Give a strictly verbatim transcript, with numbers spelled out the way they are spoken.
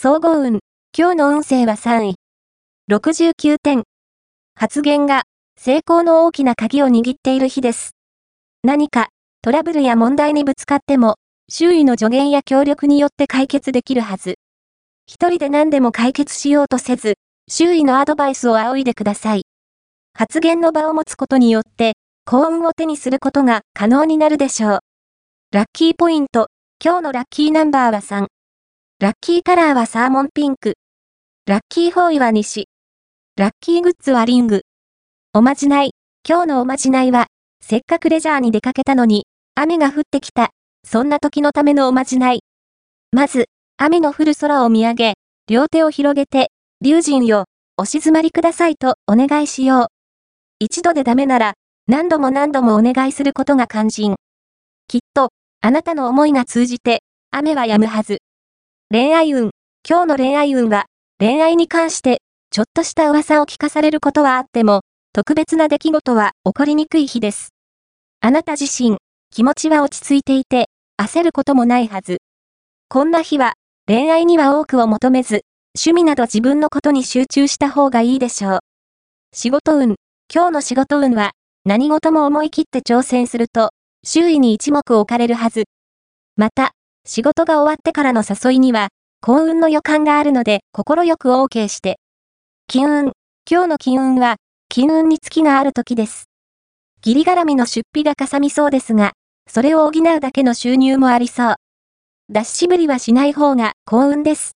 総合運。今日の運勢はさんい。ろくじゅうきゅうてん。発言が成功の大きな鍵を握っている日です。何かトラブルや問題にぶつかっても、周囲の助言や協力によって解決できるはず。一人で何でも解決しようとせず、周囲のアドバイスを仰いでください。発言の場を持つことによって、幸運を手にすることが可能になるでしょう。ラッキーポイント。今日のラッキーナンバーはさん。ラッキーカラーはサーモンピンク。ラッキー方位は西。ラッキーグッズはリング。おまじない。今日のおまじないは、せっかくレジャーに出かけたのに、雨が降ってきた。そんな時のためのおまじない。まず、雨の降る空を見上げ、両手を広げて、龍神よ、お静まりくださいとお願いしよう。一度でダメなら、何度も何度もお願いすることが肝心。きっと、あなたの思いが通じて、雨は止むはず。恋愛運。今日の恋愛運は、恋愛に関して、ちょっとした噂を聞かされることはあっても、特別な出来事は起こりにくい日です。あなた自身、気持ちは落ち着いていて、焦ることもないはず。こんな日は、恋愛には多くを求めず、趣味など自分のことに集中した方がいいでしょう。仕事運。今日の仕事運は、何事も思い切って挑戦すると、周囲に一目置かれるはず。また、仕事が終わってからの誘いには、幸運の予感があるので、心よく OK して。金運。今日の金運は、金運に月がある時です。義理絡みの出費がかさみそうですが、それを補うだけの収入もありそう。出し渋りはしない方が幸運です。